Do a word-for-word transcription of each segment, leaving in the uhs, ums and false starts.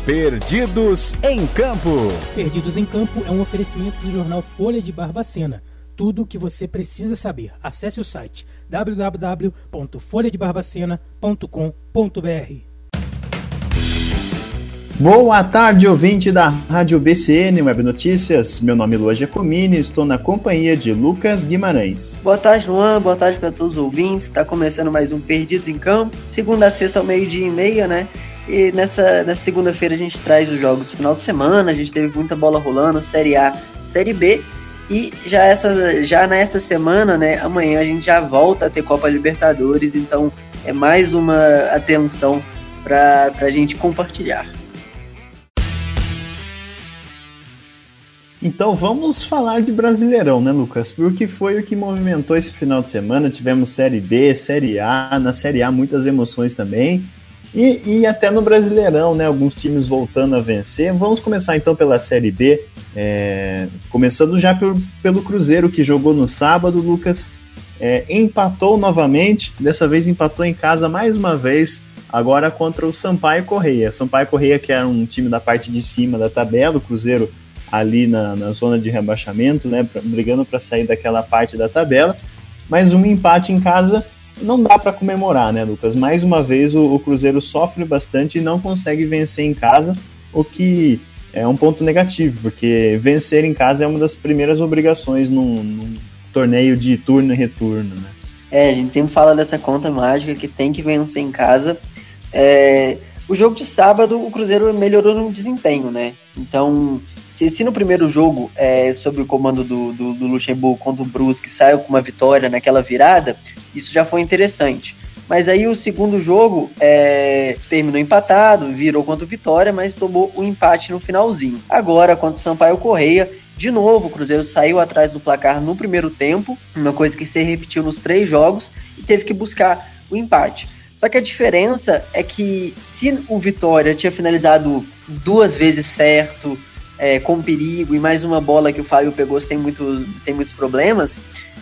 Perdidos em Campo. Perdidos em Campo é um oferecimento do jornal Folha de Barbacena. Tudo o que você precisa saber. Acesse o site w w w ponto folha de barbacena ponto com ponto b r. Boa tarde, ouvinte da Rádio B C N Web Notícias. Meu nome é Lua Giacomini e estou na companhia de Lucas Guimarães. Boa tarde, Luan. Boa tarde para todos os ouvintes. Está começando mais um Perdidos em Campo. Segunda a sexta ao meio-dia e meia, né? E nessa, nessa segunda-feira a gente traz os jogos do final de semana. A gente teve muita bola rolando, Série A, Série B. E já, essa, já nessa semana, né? Amanhã a gente já volta a ter Copa Libertadores. Então é mais uma atenção para a gente compartilhar. Então vamos falar de Brasileirão, né, Lucas? Porque foi o que movimentou esse final de semana. Tivemos Série B, Série A, na Série A muitas emoções também. E, e até no Brasileirão, né, alguns times voltando a vencer. Vamos começar então pela Série B, é, começando já pelo, pelo Cruzeiro, que jogou no sábado, Lucas. É, empatou novamente, dessa vez empatou em casa mais uma vez, agora contra o Sampaio Corrêa. Sampaio Corrêa, que era um time da parte de cima da tabela, o Cruzeiro ali na, na zona de rebaixamento, né, pra, brigando para sair daquela parte da tabela, mas um empate em casa não dá para comemorar, né, Lucas? Mais uma vez o, o Cruzeiro sofre bastante e não consegue vencer em casa, o que é um ponto negativo, porque vencer em casa é uma das primeiras obrigações num, num torneio de turno e retorno, né? É, a gente sempre fala dessa conta mágica que tem que vencer em casa. É, o jogo de sábado o Cruzeiro melhorou no desempenho, né? Então, Se, se no primeiro jogo, é, sob o comando do, do, do Luxemburgo contra o Brusque, saiu com uma vitória naquela virada, isso já foi interessante. Mas aí o segundo jogo é, terminou empatado, virou contra o Vitória, mas tomou o um empate no finalzinho. Agora, contra o Sampaio Corrêa, de novo o Cruzeiro saiu atrás do placar no primeiro tempo, uma coisa que se repetiu nos três jogos, e teve que buscar o empate. Só que a diferença é que se o Vitória tinha finalizado duas vezes certo, É, com perigo, e mais uma bola que o Fábio pegou sem, muito, sem muitos problemas,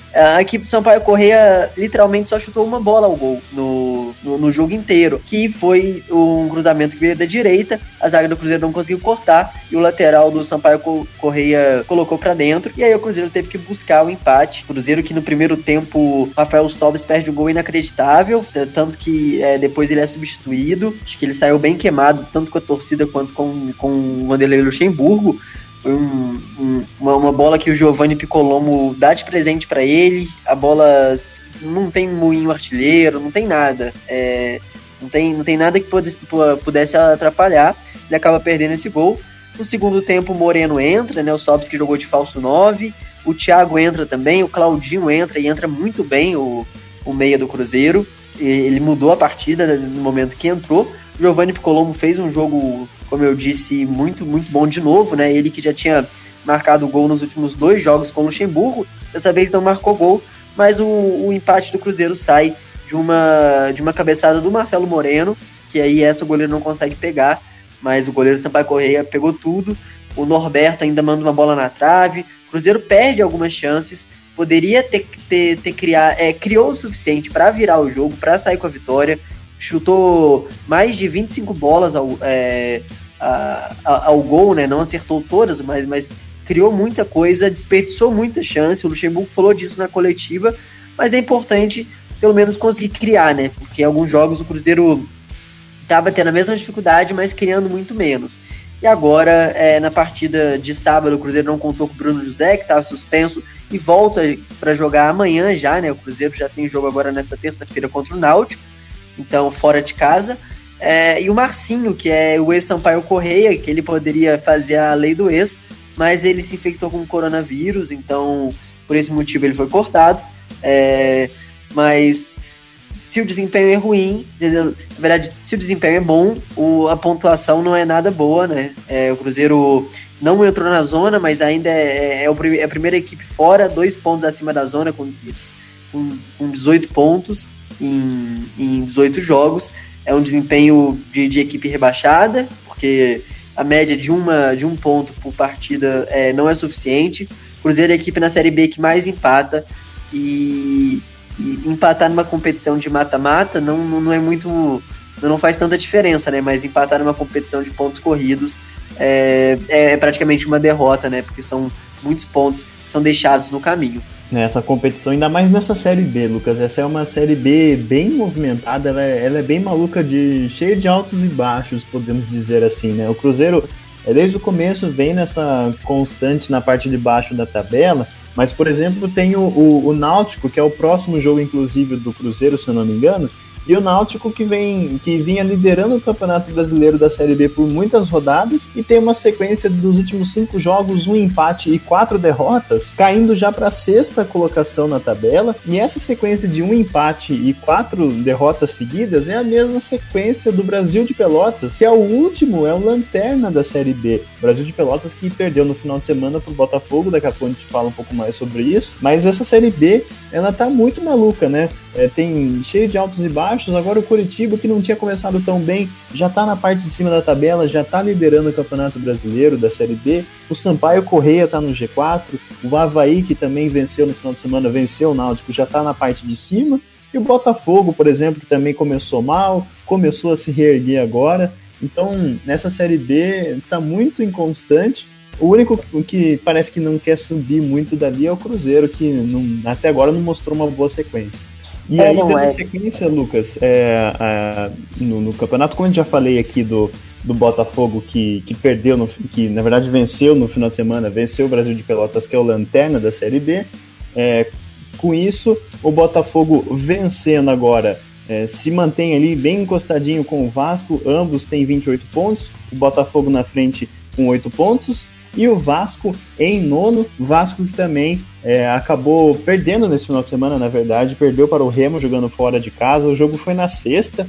a equipe do Sampaio Corrêa literalmente só chutou uma bola ao gol no, no, no jogo inteiro, que foi um cruzamento que veio da direita, a zaga do Cruzeiro não conseguiu cortar, e o lateral do Sampaio Corrêa colocou pra dentro, e aí o Cruzeiro teve que buscar o empate. Cruzeiro que no primeiro tempo, Rafael Sobis perde um gol inacreditável, tanto que é, depois ele é substituído, acho que ele saiu bem queimado, tanto com a torcida quanto com, com o Vanderlei Luxemburgo. Foi um, um, uma, uma bola que o Giovanni Piccolomo dá de presente para ele. A bola não tem moinho artilheiro, não tem nada. É, não, tem, não tem nada que pudesse, pudesse atrapalhar. Ele acaba perdendo esse gol. No segundo tempo, o Moreno entra, né? O Sobis que jogou de falso nove. O Thiago entra também. O Claudinho entra e entra muito bem, o, o meia do Cruzeiro. Ele mudou a partida no momento que entrou. O Giovanni Piccolomo fez um jogo, como eu disse, muito, muito bom de novo, né? Ele que já tinha marcado gol nos últimos dois jogos com o Luxemburgo, dessa vez não marcou gol, mas o, o empate do Cruzeiro sai de uma, de uma cabeçada do Marcelo Moreno, que aí essa o goleiro não consegue pegar, mas o goleiro do Sampaio Corrêa pegou tudo. O Norberto ainda manda uma bola na trave. O Cruzeiro perde algumas chances, poderia ter, ter, ter criar, é, criou o suficiente para virar o jogo, para sair com a vitória. Chutou mais de vinte e cinco bolas ao, é, a, a, ao gol, né? Não acertou todas, mas, mas criou muita coisa, desperdiçou muita chance. O Luxemburgo falou disso na coletiva, mas é importante pelo menos conseguir criar, né? Porque em alguns jogos o Cruzeiro estava tendo a mesma dificuldade, mas criando muito menos. E agora, é, na partida de sábado, o Cruzeiro não contou com o Bruno José, que estava suspenso, e volta para jogar amanhã já, né? O Cruzeiro já tem jogo agora nessa terça-feira contra o Náutico, então fora de casa. É, e o Marcinho, que é o ex-Sampaio Corrêa, que ele poderia fazer a lei do ex, mas ele se infectou com o coronavírus, então por esse motivo ele foi cortado. É, mas se o desempenho é ruim, na verdade, se o desempenho é bom, o, a pontuação não é nada boa, né? É, o Cruzeiro não entrou na zona, mas ainda é, é, o, é a primeira equipe fora, dois pontos acima da zona, com, com, com dezoito pontos em, em dezoito jogos. É um desempenho de, de equipe rebaixada, porque a média de, uma, de um ponto por partida é, não é suficiente. O Cruzeiro é a equipe na Série B que mais empata, e, e empatar numa competição de mata-mata não, não é muito, não faz tanta diferença, né? Mas empatar numa competição de pontos corridos é, é praticamente uma derrota, né? Porque são muitos pontos que são deixados no caminho. Nessa competição, ainda mais nessa Série B, Lucas. Essa é uma Série B bem movimentada, ela é, ela é bem maluca, de, cheia de altos e baixos, podemos dizer assim, né? O Cruzeiro, desde o começo, vem nessa constante na parte de baixo da tabela, mas, por exemplo, tem o, o, o Náutico, que é o próximo jogo, inclusive, do Cruzeiro, se eu não me engano, e o Náutico que, vem, que vinha liderando o Campeonato Brasileiro da Série B por muitas rodadas e tem uma sequência dos últimos cinco jogos, um empate e quatro derrotas, caindo já para a sexta colocação na tabela. E essa sequência de um empate e quatro derrotas seguidas é a mesma sequência do Brasil de Pelotas, que é o último, é o lanterna da Série B. O Brasil de Pelotas que perdeu no final de semana pro Botafogo, daqui a pouco a gente fala um pouco mais sobre isso. Mas essa Série B, ela tá muito maluca, né? É, tem cheio de altos e baixos. Agora o Coritiba, que não tinha começado tão bem, já tá na parte de cima da tabela, já tá liderando o Campeonato Brasileiro da Série B. O Sampaio Corrêa tá no G quatro, o Avaí, que também venceu no final de semana, venceu o Náutico, já tá na parte de cima. E o Botafogo, por exemplo, que também começou mal, começou a se reerguer agora. Então, nessa Série B, tá muito inconstante. O único que parece que não quer subir muito dali é o Cruzeiro, que não, até agora não mostrou uma boa sequência. E é, aí, dando é. sequência, Lucas, é, é, no, no campeonato, como eu já falei aqui do, do Botafogo, que, que perdeu, no, que na verdade venceu no final de semana, venceu o Brasil de Pelotas, que é o lanterna da Série B. É, com isso, o Botafogo vencendo agora, é, se mantém ali bem encostadinho com o Vasco, ambos têm vinte e oito pontos, o Botafogo na frente com oito pontos, e o Vasco em nono, Vasco que também é, acabou perdendo nesse final de semana, na verdade, perdeu para o Remo jogando fora de casa. O jogo foi na sexta,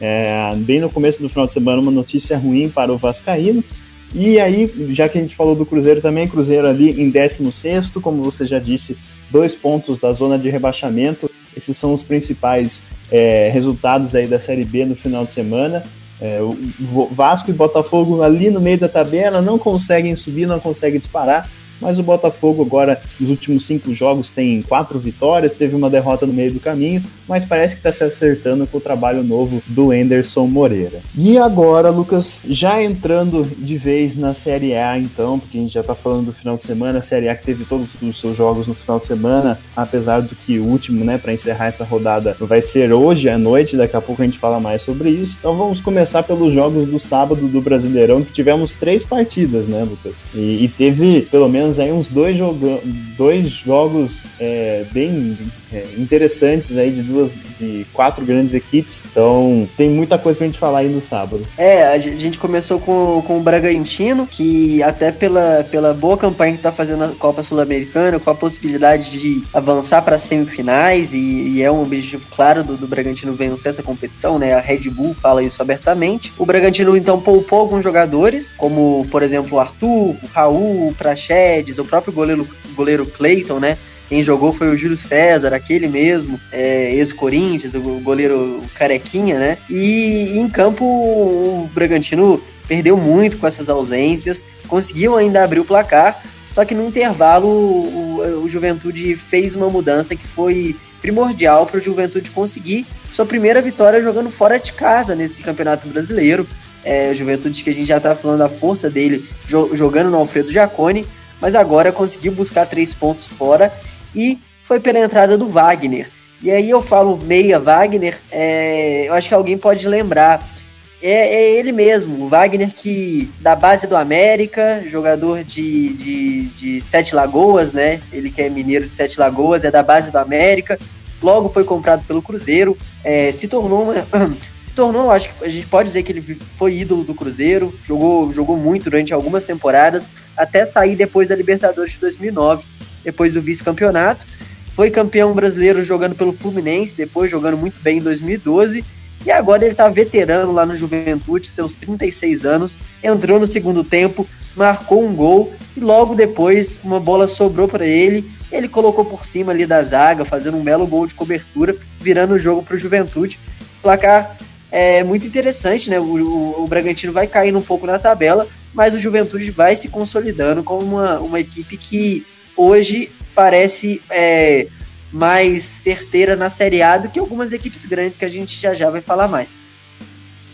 é, bem no começo do final de semana, uma notícia ruim para o vascaíno. E aí, já que a gente falou do Cruzeiro também, Cruzeiro ali em décimo sexto, como você já disse, dois pontos da zona de rebaixamento. Esses são os principais é, resultados aí da Série B no final de semana. É, o Vasco e Botafogo ali no meio da tabela não conseguem subir, não conseguem disparar, mas o Botafogo agora nos últimos cinco jogos tem quatro vitórias, teve uma derrota no meio do caminho, mas parece que está se acertando com o trabalho novo do Anderson Moreira. E agora, Lucas, já entrando de vez na Série A então, porque a gente já está falando do final de semana, a Série A que teve todos os seus jogos no final de semana, apesar do que o último, né, para encerrar essa rodada vai ser hoje à noite, daqui a pouco a gente fala mais sobre isso. Então vamos começar pelos jogos do sábado do Brasileirão, que tivemos três partidas, né, Lucas? E, e teve pelo menos aí uns dois, joga- dois jogos é, bem é, interessantes aí de duas, de quatro grandes equipes, então tem muita coisa pra gente falar aí no sábado. É, a gente começou com, com o Bragantino, que até pela, pela boa campanha que tá fazendo na Copa Sul-Americana, com a possibilidade de avançar para semifinais, e, e é um objetivo claro do, do Bragantino vencer essa competição, né? A Red Bull fala isso abertamente. O Bragantino então poupou alguns jogadores, como por exemplo o Arthur, o Raul, o Praxedes, o próprio goleiro, goleiro Cleiton, né? Quem jogou foi o Júlio César, aquele mesmo, é, ex-Corinthians, o goleiro Carequinha, né? E em campo o Bragantino perdeu muito com essas ausências, conseguiu ainda abrir o placar, só que no intervalo o, o Juventude fez uma mudança que foi primordial para o Juventude conseguir sua primeira vitória jogando fora de casa nesse Campeonato Brasileiro. É, o Juventude que a gente já está falando da força dele jo- jogando no Alfredo Jaconi, mas agora conseguiu buscar três pontos fora e foi pela entrada do Wagner. E aí eu falo meia Wagner, é, eu acho que alguém pode lembrar, é, é ele mesmo, o Wagner, que da base do América, jogador de, de, de Sete Lagoas, né? Ele que é mineiro de Sete Lagoas, é da base do América, logo foi comprado pelo Cruzeiro, é, se tornou uma... se tornou, acho que a gente pode dizer que ele foi ídolo do Cruzeiro, jogou, jogou muito durante algumas temporadas, até sair depois da Libertadores de dois mil e nove, depois do vice-campeonato. Foi campeão brasileiro jogando pelo Fluminense, depois jogando muito bem em dois mil e doze, e agora ele está veterano lá no Juventude, seus trinta e seis anos, entrou no segundo tempo, marcou um gol, e logo depois uma bola sobrou para ele, ele colocou por cima ali da zaga, fazendo um belo gol de cobertura, virando o jogo para o Juventude. Placar é muito interessante, né? O, o, o Bragantino vai caindo um pouco na tabela, mas o Juventude vai se consolidando como uma, uma equipe que hoje parece é, mais certeira na Série A do que algumas equipes grandes que a gente já já vai falar mais.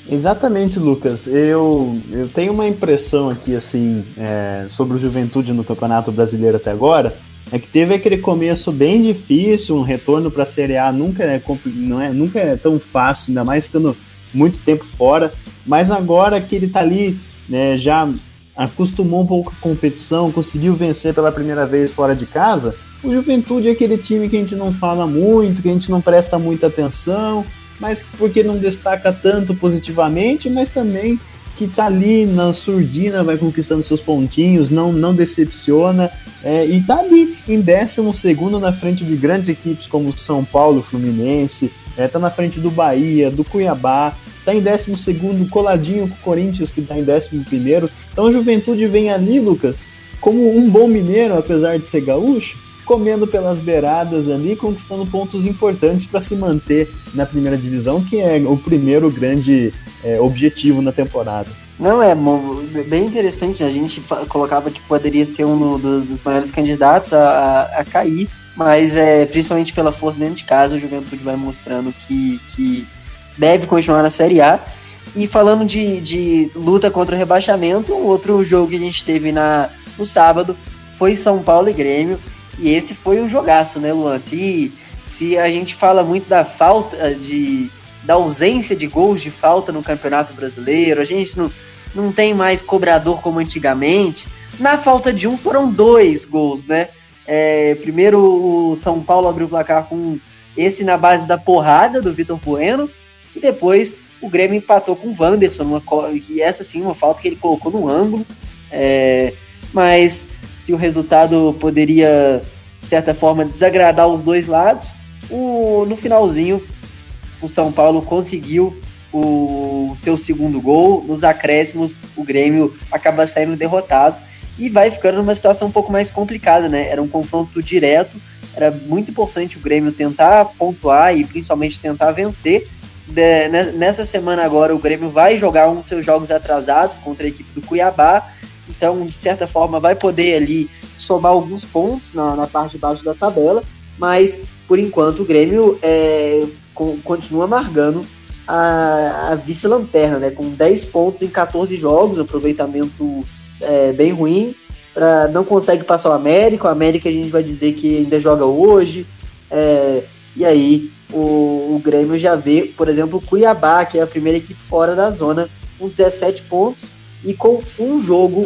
Exatamente, Lucas. Eu, eu tenho uma impressão aqui, assim, é, sobre o Juventude no Campeonato Brasileiro até agora, é que teve aquele começo bem difícil, um retorno para a Série A nunca é, não é, nunca é tão fácil, ainda mais ficando muito tempo fora, mas agora que ele está ali, né, já acostumou um pouco com a competição, conseguiu vencer pela primeira vez fora de casa, o Juventude é aquele time que a gente não fala muito, que a gente não presta muita atenção, mas porque não destaca tanto positivamente, mas também que tá ali na surdina, vai conquistando seus pontinhos, não, não decepciona, é, e tá ali em décimo segundo na frente de grandes equipes como São Paulo, Fluminense, é, tá na frente do Bahia, do Cuiabá, tá em décimo segundo, coladinho com o Corinthians, que tá em décimo primeiro. Então a Juventude vem ali, Lucas, como um bom mineiro, apesar de ser gaúcho, comendo pelas beiradas ali, conquistando pontos importantes para se manter na primeira divisão, que é o primeiro grande é, objetivo na temporada. Não, é bem interessante, a gente colocava que poderia ser um dos maiores candidatos a, a, a cair, mas é, principalmente pela força dentro de casa, o Juventude vai mostrando que, que deve continuar na Série A. E falando de, de luta contra o rebaixamento, um outro jogo que a gente teve na, no sábado foi São Paulo e Grêmio. E esse foi um jogaço, né, Luan? Se, se a gente fala muito da falta, de, da ausência de gols de falta no Campeonato Brasileiro, a gente não, não tem mais cobrador como antigamente. Na falta de um foram dois gols, né? É, primeiro o São Paulo abriu o placar com esse na base da porrada do Vitor Bueno, e depois o Grêmio empatou com o Wanderson, uma, que essa sim, uma falta que ele colocou no ângulo, é, mas... se o resultado poderia, de certa forma, desagradar os dois lados, o, no finalzinho, o São Paulo conseguiu o seu segundo gol. Nos acréscimos, o Grêmio acaba saindo derrotado e vai ficando numa situação um pouco mais complicada, né? Era um confronto direto, era muito importante o Grêmio tentar pontuar e principalmente tentar vencer. De, nessa semana agora, o Grêmio vai jogar um dos seus jogos atrasados contra a equipe do Cuiabá. Então, de certa forma, vai poder ali somar alguns pontos na, na parte de baixo da tabela, mas, por enquanto, o Grêmio é, com, continua amargando a, a vice-lanterna, né, com dez pontos em catorze jogos, aproveitamento é, bem ruim, pra, não consegue passar o América, o América a gente vai dizer que ainda joga hoje, é, e aí o, o Grêmio já vê, por exemplo, o Cuiabá, que é a primeira equipe fora da zona, com dezessete pontos, e com um jogo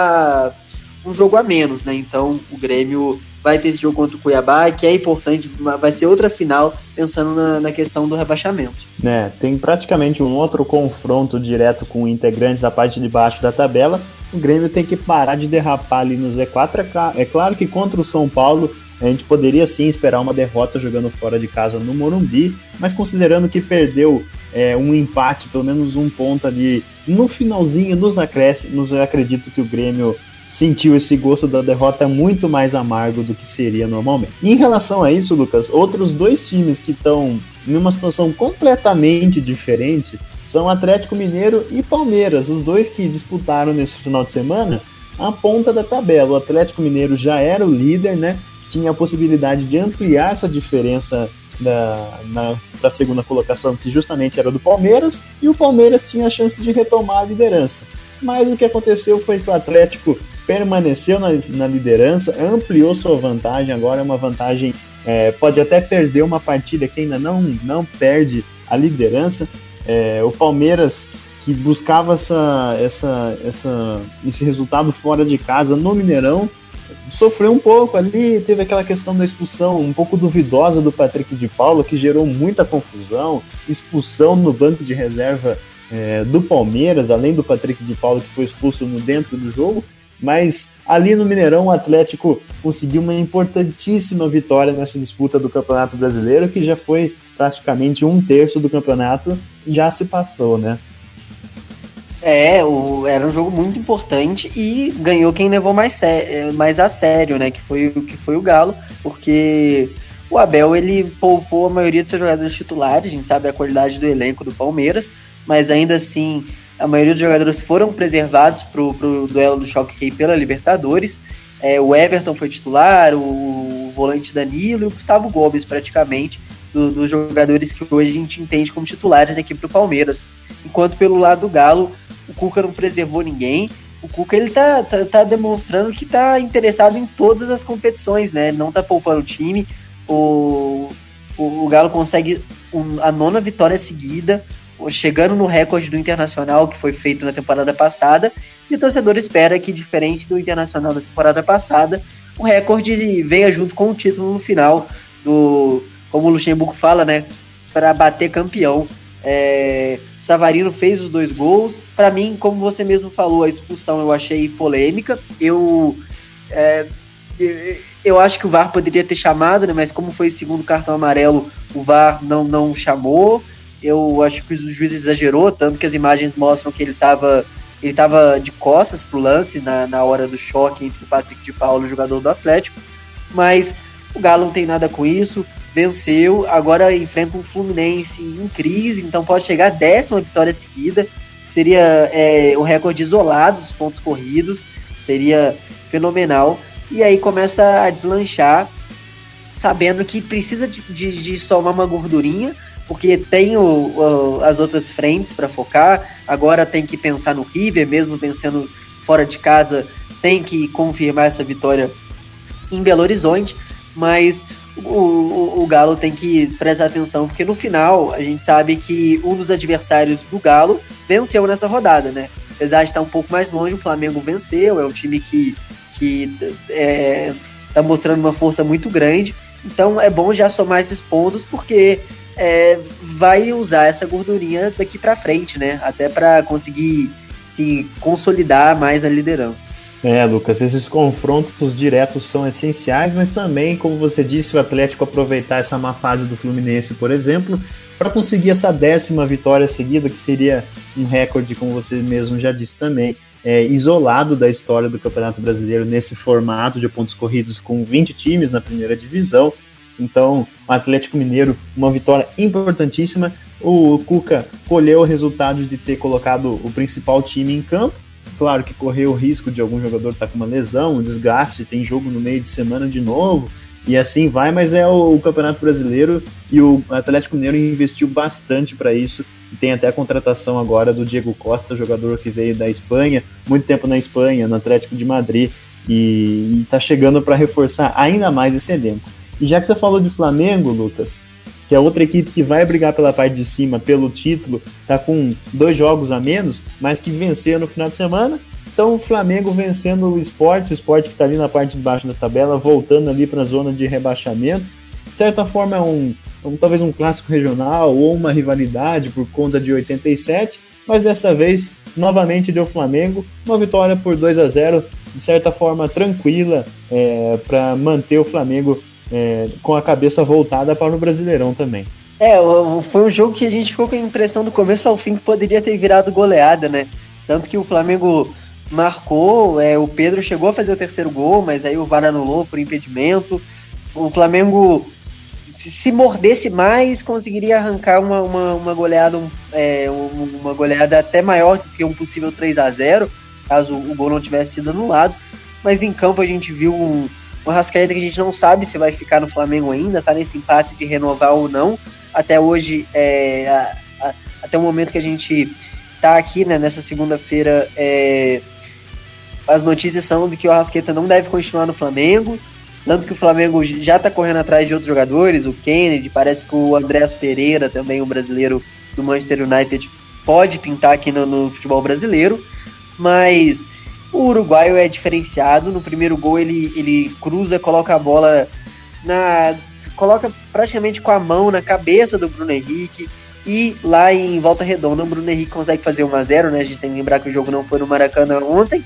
a um jogo a menos, né? Então o Grêmio vai ter esse jogo contra o Cuiabá, que é importante, vai ser outra final, pensando na, na questão do rebaixamento. É, tem praticamente um outro confronto direto com integrantes da parte de baixo da tabela. O Grêmio tem que parar de derrapar ali no Z quatro. É claro que contra o São Paulo a gente poderia sim esperar uma derrota jogando fora de casa no Morumbi, mas considerando que perdeu é, um empate, pelo menos um ponto ali no finalzinho, nos acréscimos, eu acredito que o Grêmio sentiu esse gosto da derrota muito mais amargo do que seria normalmente. E em relação a isso, Lucas, outros dois times que estão em uma situação completamente diferente são Atlético Mineiro e Palmeiras, os dois que disputaram nesse final de semana a ponta da tabela. O Atlético Mineiro já era o líder, né? Tinha a possibilidade de ampliar essa diferença para a segunda colocação, que justamente era do Palmeiras, e o Palmeiras tinha a chance de retomar a liderança. Mas o que aconteceu foi que o Atlético permaneceu na, na liderança, ampliou sua vantagem, agora é uma vantagem, é, pode até perder uma partida que ainda não, não perde a liderança. É, o Palmeiras, que buscava essa, essa, essa, esse resultado fora de casa no Mineirão, sofreu um pouco ali, teve aquela questão da expulsão um pouco duvidosa do Patrick de Paula, que gerou muita confusão, expulsão no banco de reserva é, do Palmeiras, além do Patrick de Paula, que foi expulso no dentro do jogo, mas ali no Mineirão o Atlético conseguiu uma importantíssima vitória nessa disputa do Campeonato Brasileiro, que já foi praticamente um terço do campeonato, já se passou, né? É, o, era um jogo muito importante e ganhou quem levou mais, sé- mais a sério, né? Que foi, que foi o Galo, porque o Abel, ele poupou a maioria dos seus jogadores titulares, a gente sabe a qualidade do elenco do Palmeiras, mas ainda assim a maioria dos jogadores foram preservados pro, pro duelo do Choque Rei pela Libertadores. É, o Everton foi titular, o volante Danilo e o Gustavo Gomes praticamente do, dos jogadores que hoje a gente entende como titulares da equipe do Palmeiras. Enquanto pelo lado do Galo, o Cuca não preservou ninguém. O Cuca ele tá, tá, tá demonstrando que tá interessado em todas as competições, né? Ele não tá poupando o time. O, o, o Galo consegue um, a nona vitória seguida, chegando no recorde do Internacional, que foi feito na temporada passada, e o torcedor espera que, diferente do Internacional da temporada passada, o recorde venha junto com o título no final, do, como o Luxemburgo fala, né, para bater campeão. É, o Savarino fez os dois gols. Para mim, como você mesmo falou, a expulsão eu achei polêmica. Eu, é, eu acho que o V A R poderia ter chamado, né, mas como foi o segundo cartão amarelo, o V A R não, não chamou. Eu acho que o juiz exagerou, tanto que as imagens mostram que ele estava ele tava de costas pro lance na, na hora do choque entre o Patrick de Paula e o jogador do Atlético, mas o Galo não tem nada com isso, venceu, agora enfrenta um Fluminense em crise, então pode chegar a décima vitória seguida, seria é, um recorde isolado dos pontos corridos, seria fenomenal, e aí começa a deslanchar, sabendo que precisa de, de, de somar uma gordurinha, porque tem o, o, as outras frentes para focar, agora tem que pensar no River, mesmo vencendo fora de casa, tem que confirmar essa vitória em Belo Horizonte, mas o, o, o Galo tem que prestar atenção, porque no final a gente sabe que um dos adversários do Galo venceu nessa rodada, né? Apesar de estar um pouco mais longe, o Flamengo venceu, é um time que, que é, tá mostrando uma força muito grande, então é bom já somar esses pontos, porque É, vai usar essa gordurinha daqui para frente, né? Até para conseguir se consolidar mais a liderança. É, Lucas, esses confrontos diretos são essenciais, mas também, como você disse, o Atlético aproveitar essa má fase do Fluminense, por exemplo, para conseguir essa décima vitória seguida, que seria um recorde, como você mesmo já disse também, é, isolado da história do Campeonato Brasileiro nesse formato de pontos corridos com vinte times na primeira divisão. Então, o Atlético Mineiro, uma vitória importantíssima. O Cuca colheu o resultado de ter colocado o principal time em campo. Claro que correu o risco de algum jogador estar com uma lesão, um desgaste, tem jogo no meio de semana de novo, e assim vai, mas é o, o Campeonato Brasileiro e o Atlético Mineiro investiu bastante para isso. E tem até a contratação agora do Diego Costa, jogador que veio da Espanha, muito tempo na Espanha, no Atlético de Madrid, e está chegando para reforçar ainda mais esse elenco. E já que você falou de Flamengo, Lucas, que é outra equipe que vai brigar pela parte de cima, pelo título, tá com dois jogos a menos, mas que venceu no final de semana. Então o Flamengo vencendo o Sport, o Sport que está ali na parte de baixo da tabela, voltando ali para a zona de rebaixamento. De certa forma é um, um, talvez um clássico regional ou uma rivalidade por conta de oitenta e sete, mas dessa vez, novamente deu Flamengo, uma vitória por dois a zero, de certa forma tranquila, é, para manter o Flamengo É, com a cabeça voltada para o Brasileirão também. É, foi um jogo que a gente ficou com a impressão do começo ao fim que poderia ter virado goleada, né? Tanto que o Flamengo marcou, é, o Pedro chegou a fazer o terceiro gol, mas aí o V A R anulou por impedimento. O Flamengo, se, se mordesse mais, conseguiria arrancar uma, uma, uma goleada um, é, uma goleada até maior do que um possível três a zero, caso o gol não tivesse sido anulado. Mas em campo a gente viu um Uma Arrascaeta que a gente não sabe se vai ficar no Flamengo ainda, tá nesse impasse de renovar ou não. Até hoje, é, a, a, até o momento que a gente tá aqui, né, nessa segunda-feira, é, as notícias são de que o Arrascaeta não deve continuar no Flamengo, tanto que o Flamengo já tá correndo atrás de outros jogadores, o Kennedy, parece que o Andréas Pereira, também um brasileiro do Manchester United, pode pintar aqui no, no futebol brasileiro, mas o uruguaio é diferenciado. No primeiro gol ele, ele cruza, coloca a bola na, coloca praticamente com a mão na cabeça do Bruno Henrique, e lá em Volta Redonda o Bruno Henrique consegue fazer um a zero, né? A gente tem que lembrar que o jogo não foi no Maracanã ontem.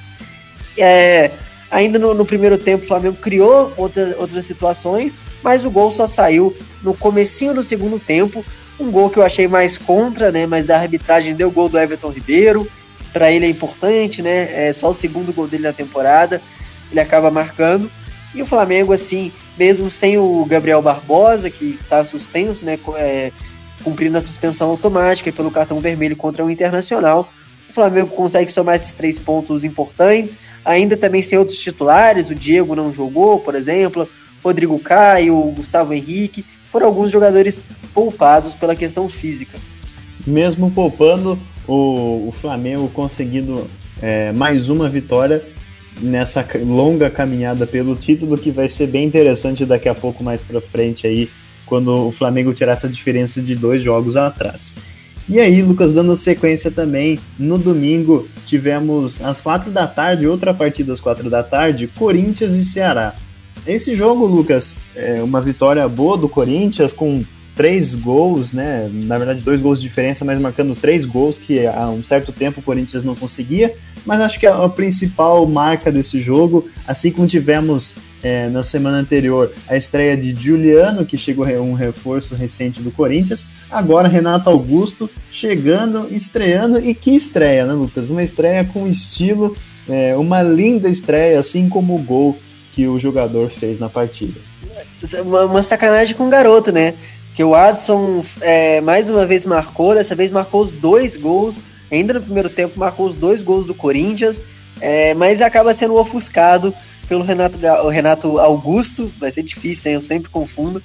É, ainda no, no primeiro tempo o Flamengo criou outras, outras situações, mas o gol só saiu no comecinho do segundo tempo, um gol que eu achei mais contra, né? Mas a arbitragem deu o gol do Everton Ribeiro. Para ele é importante, né? É só o segundo gol dele na temporada, ele acaba marcando. E o Flamengo, assim, mesmo sem o Gabriel Barbosa, que está suspenso, né? É, cumprindo a suspensão automática pelo cartão vermelho contra o Internacional, o Flamengo consegue somar esses três pontos importantes. Ainda também sem outros titulares, o Diego não jogou, por exemplo, Rodrigo Caio, o Gustavo Henrique. foram alguns jogadores poupados pela questão física. Mesmo poupando, o, o Flamengo conseguindo é, mais uma vitória nessa longa caminhada pelo título, que vai ser bem interessante daqui a pouco mais para frente aí, quando o Flamengo tirar essa diferença de dois jogos atrás. E aí, Lucas, dando sequência também, no domingo tivemos às quatro da tarde, outra partida às quatro da tarde, Corinthians e Ceará. Esse jogo, Lucas, é uma vitória boa do Corinthians, com três gols, né? Na verdade, dois gols de diferença, mas marcando três gols, que há um certo tempo o Corinthians não conseguia. Mas acho que a principal marca desse jogo, assim como tivemos é, na semana anterior a estreia de Juliano, que chegou um reforço recente do Corinthians, agora Renato Augusto chegando, estreando, e que estreia, né, Lucas? Uma estreia com estilo, é, uma linda estreia, assim como o gol que o jogador fez na partida. Uma, uma sacanagem com o garoto, né? Porque o Adson é, mais uma vez marcou, dessa vez marcou os dois gols, ainda no primeiro tempo marcou os dois gols do Corinthians, é, mas acaba sendo ofuscado pelo Renato, o Renato Augusto, vai ser difícil, hein? Eu sempre confundo,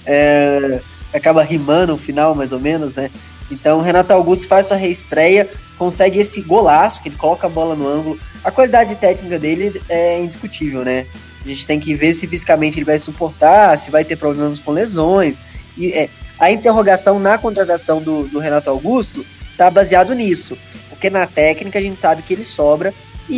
é, acaba rimando no final, mais ou menos, né? Então o Renato Augusto faz sua reestreia, consegue esse golaço, que ele coloca a bola no ângulo, a qualidade técnica dele é indiscutível, né? A gente tem que ver se fisicamente ele vai suportar, se vai ter problemas com lesões, e é, a interrogação na contratação do, do Renato Augusto está baseado nisso, porque na técnica a gente sabe que ele sobra,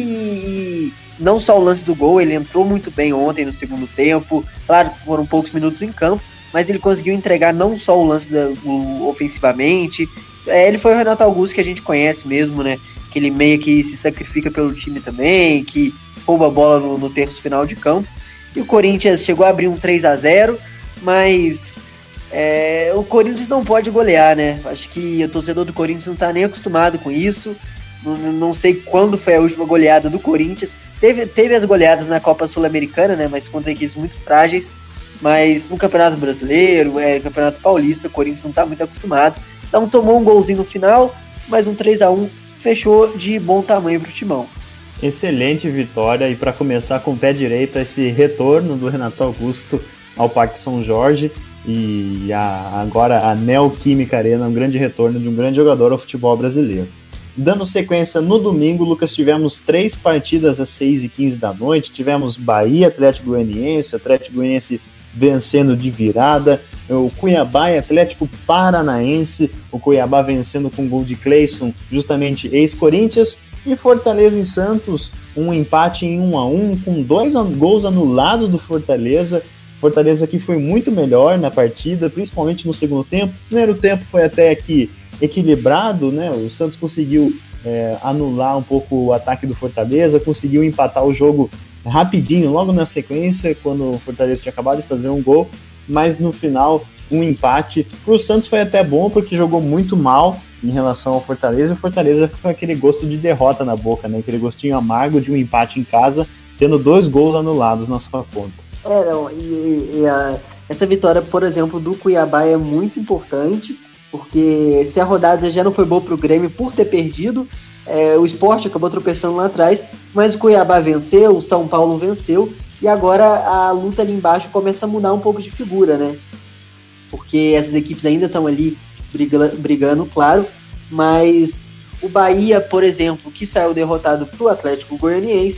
e não só o lance do gol, ele entrou muito bem ontem no segundo tempo, claro que foram poucos minutos em campo, mas ele conseguiu entregar não só o lance da, o, ofensivamente, é, ele foi o Renato Augusto que a gente conhece mesmo, né, que ele meio que se sacrifica pelo time também, que rouba a bola no, no terço final de campo, e o Corinthians chegou a abrir um três a zero, mas é, o Corinthians não pode golear, né? Acho que o torcedor do Corinthians não tá nem acostumado com isso. Não, não sei quando foi a última goleada do Corinthians. Teve, teve as goleadas na Copa Sul-Americana, né? Mas contra equipes muito frágeis. Mas no Campeonato Brasileiro, é, Campeonato Paulista, o Corinthians não tá muito acostumado. Então tomou um golzinho no final, mas um três a um fechou de bom tamanho pro Timão. Excelente vitória, e para começar com o pé direito, esse retorno do Renato Augusto ao Parque São Jorge, e a, agora a Neoquímica Arena, um grande retorno de um grande jogador ao futebol brasileiro. Dando sequência no domingo, Lucas, tivemos três partidas às seis e quinze da noite, tivemos Bahia, Atlético Goianiense, Atlético Goianiense vencendo de virada, o Cuiabá e Atlético Paranaense, o Cuiabá vencendo com gol de Cleison, justamente ex-Corinthians, e Fortaleza e Santos, um empate em um a um, com dois gols anulados do Fortaleza. Fortaleza que foi muito melhor na partida, principalmente no segundo tempo. O primeiro tempo foi até que equilibrado, né? O Santos conseguiu é, anular um pouco o ataque do Fortaleza, conseguiu empatar o jogo rapidinho, logo na sequência, quando o Fortaleza tinha acabado de fazer um gol, mas no final um empate. Para o Santos foi até bom, porque jogou muito mal em relação ao Fortaleza, e o Fortaleza com aquele gosto de derrota na boca, né? Aquele gostinho amargo de um empate em casa, tendo dois gols anulados na sua conta. É, não, e, e a, essa vitória, por exemplo, do Cuiabá é muito importante, porque se a rodada já não foi boa para o Grêmio por ter perdido, é, o Sport acabou tropeçando lá atrás, mas o Cuiabá venceu, o São Paulo venceu, e agora a luta ali embaixo começa a mudar um pouco de figura, né? Porque essas equipes ainda estão ali brigando, brigando, claro, mas o Bahia, por exemplo, que saiu derrotado para o Atlético Goianiense,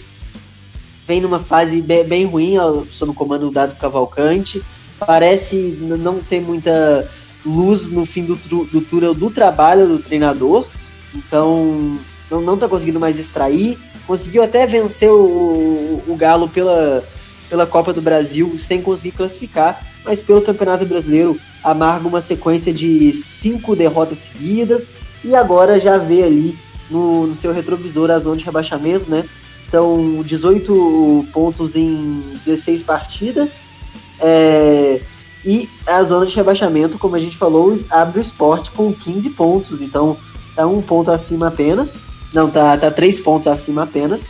vem numa fase bem, bem ruim, sob o comando do Dado Cavalcante, parece não ter muita luz no fim do, do túnel do trabalho do treinador, então não, não tá conseguindo mais extrair, conseguiu até vencer o, o Galo pela, pela Copa do Brasil sem conseguir classificar, mas pelo Campeonato Brasileiro amarga uma sequência de cinco derrotas seguidas, e agora já vê ali no, no seu retrovisor a zona de rebaixamento, né? São dezoito pontos em dezesseis partidas, é, e a zona de rebaixamento, como a gente falou, abre o Sport com quinze pontos, então tá um ponto acima apenas, não, tá, tá três pontos acima apenas,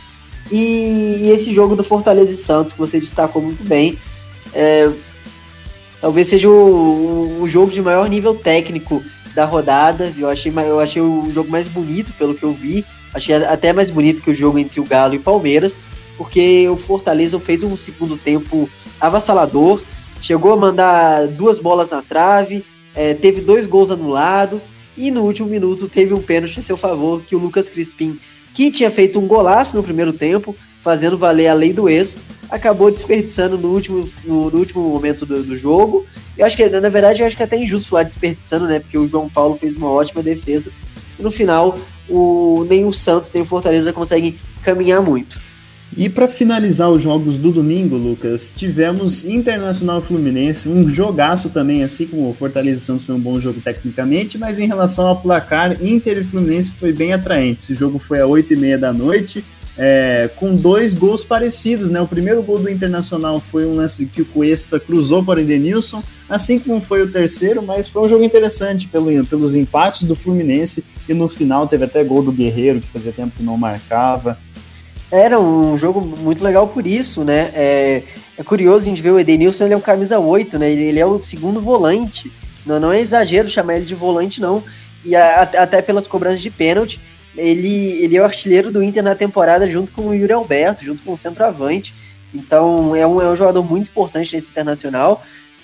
e, e esse jogo do Fortaleza e Santos, que você destacou muito bem, é, talvez seja o, o jogo de maior nível técnico da rodada. Eu achei, eu achei o jogo mais bonito, pelo que eu vi, achei até mais bonito que o jogo entre o Galo e o Palmeiras, porque o Fortaleza fez um segundo tempo avassalador, chegou a mandar duas bolas na trave, é, teve dois gols anulados, e no último minuto teve um pênalti a seu favor, que o Lucas Crispim, que tinha feito um golaço no primeiro tempo, fazendo valer a lei do ex, acabou desperdiçando no último, no, no último momento do, do jogo. Eu acho que, na verdade, eu acho que é até injusto falar desperdiçando, né? Porque o João Paulo fez uma ótima defesa. E no final, o, nem o Santos nem o Fortaleza conseguem caminhar muito. E para finalizar os jogos do domingo, Lucas, tivemos Internacional Fluminense, um jogaço também, assim como o Fortaleza e Santos foi um bom jogo tecnicamente, mas em relação ao placar, Inter e Fluminense foi bem atraente. Esse jogo foi às oito e meia da noite, é, com dois gols parecidos, né? O primeiro gol do Internacional foi um lance que o Cuesta cruzou para o Edenilson, assim como foi o terceiro, mas foi um jogo interessante pelo, pelos empates do Fluminense, e no final teve até gol do Guerreiro, que fazia tempo que não marcava. Era um jogo muito legal por isso, né? É, é curioso a gente ver o Edenilson, ele é um camisa oito, né? Ele, ele é o segundo volante. Não, não é exagero chamar ele de volante, não. E a, até pelas cobranças de pênalti, ele, ele é o artilheiro do Inter na temporada, junto com o Yuri Alberto, junto com o centroavante. Então é um, é um jogador muito importante nesse Internacional.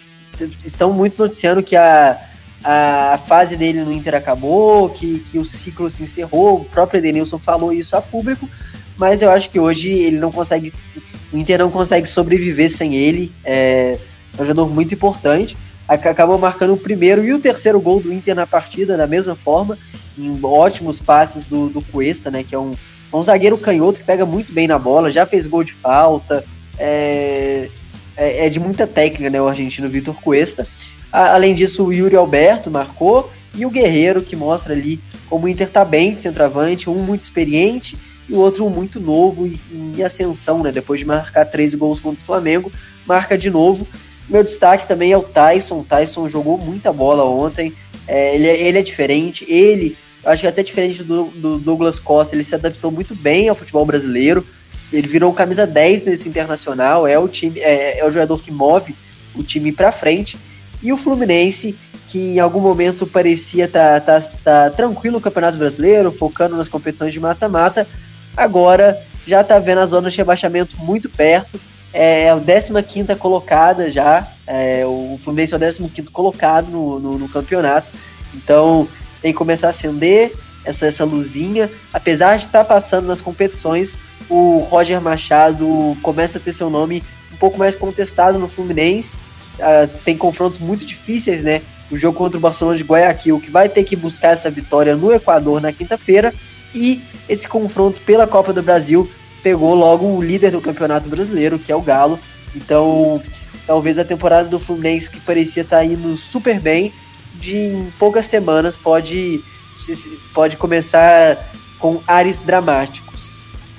Estão muito noticiando que a, a fase dele no Inter acabou, que, que o ciclo se encerrou. O próprio Edenilson falou isso a público. Mas eu acho que hoje ele não consegue, o Inter não consegue sobreviver sem ele, é, é um jogador muito importante, acabou marcando o primeiro e o terceiro gol do Inter na partida, da mesma forma, em ótimos passes do, do Cuesta, né, que é um, um zagueiro canhoto que pega muito bem na bola, já fez gol de falta, é, é, é de muita técnica, né, o argentino Vitor Cuesta. A, além disso, o Yuri Alberto marcou, e o Guerreiro, que mostra ali como o Inter tá bem de centroavante, um muito experiente, e o outro muito novo e em ascensão, né? Depois de marcar treze gols contra o Flamengo, marca de novo. Meu destaque também é o Tyson. O Tyson jogou muita bola ontem, é, ele, ele é diferente, ele, acho que até diferente do, do Douglas Costa, ele se adaptou muito bem ao futebol brasileiro, ele virou o camisa dez nesse Internacional, é o, time, é, é o jogador que move o time para frente, e o Fluminense, que em algum momento parecia estar tá, tá, tá tranquilo no Campeonato Brasileiro, focando nas competições de mata-mata, agora já está vendo a zona de rebaixamento muito perto, é a décima quinta colocada já, é, o Fluminense é o décimo quinto colocado no, no, no campeonato, então tem que começar a acender essa, essa luzinha, apesar de estar passando nas competições, o Roger Machado começa a ter seu nome um pouco mais contestado no Fluminense, uh, tem confrontos muito difíceis, né? O jogo contra o Barcelona de Guayaquil, que vai ter que buscar essa vitória no Equador na quinta-feira, e esse confronto pela Copa do Brasil pegou logo o líder do Campeonato Brasileiro, que é o Galo. Então, talvez a temporada do Fluminense, que parecia estar indo super bem, de em poucas semanas pode, pode começar com ares dramáticos.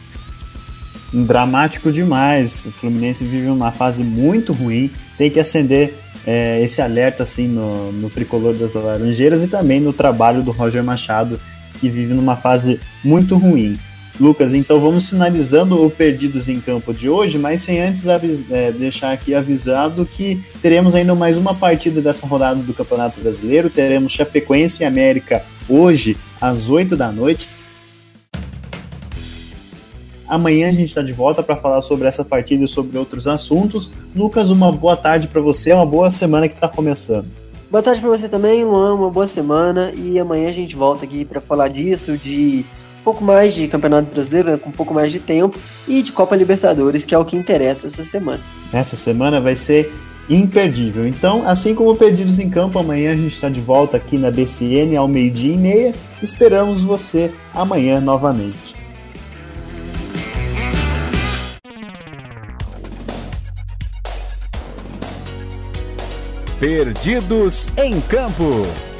Dramático demais. O Fluminense vive uma fase muito ruim, tem que acender é, esse alerta assim, no, no tricolor das Laranjeiras e também no trabalho do Roger Machado, que vive numa fase muito ruim. Lucas, então vamos finalizando o Perdidos em Campo de hoje, mas sem antes avis- é, deixar aqui avisado que teremos ainda mais uma partida dessa rodada do Campeonato Brasileiro, teremos Chapecoense e América hoje às oito da noite. Amanhã a gente está de volta para falar sobre essa partida e sobre outros assuntos. Lucas, uma boa tarde para você, uma boa semana que está começando. Boa tarde para você também, Luan, uma boa semana, e amanhã a gente volta aqui para falar disso, de um pouco mais de Campeonato Brasileiro, né, com um pouco mais de tempo, e de Copa Libertadores, que é o que interessa essa semana. Essa semana vai ser imperdível. Então, assim como Perdidos em Campo, amanhã a gente está de volta aqui na B C N ao meio-dia e meia. Esperamos você amanhã novamente. Perdidos em Campo.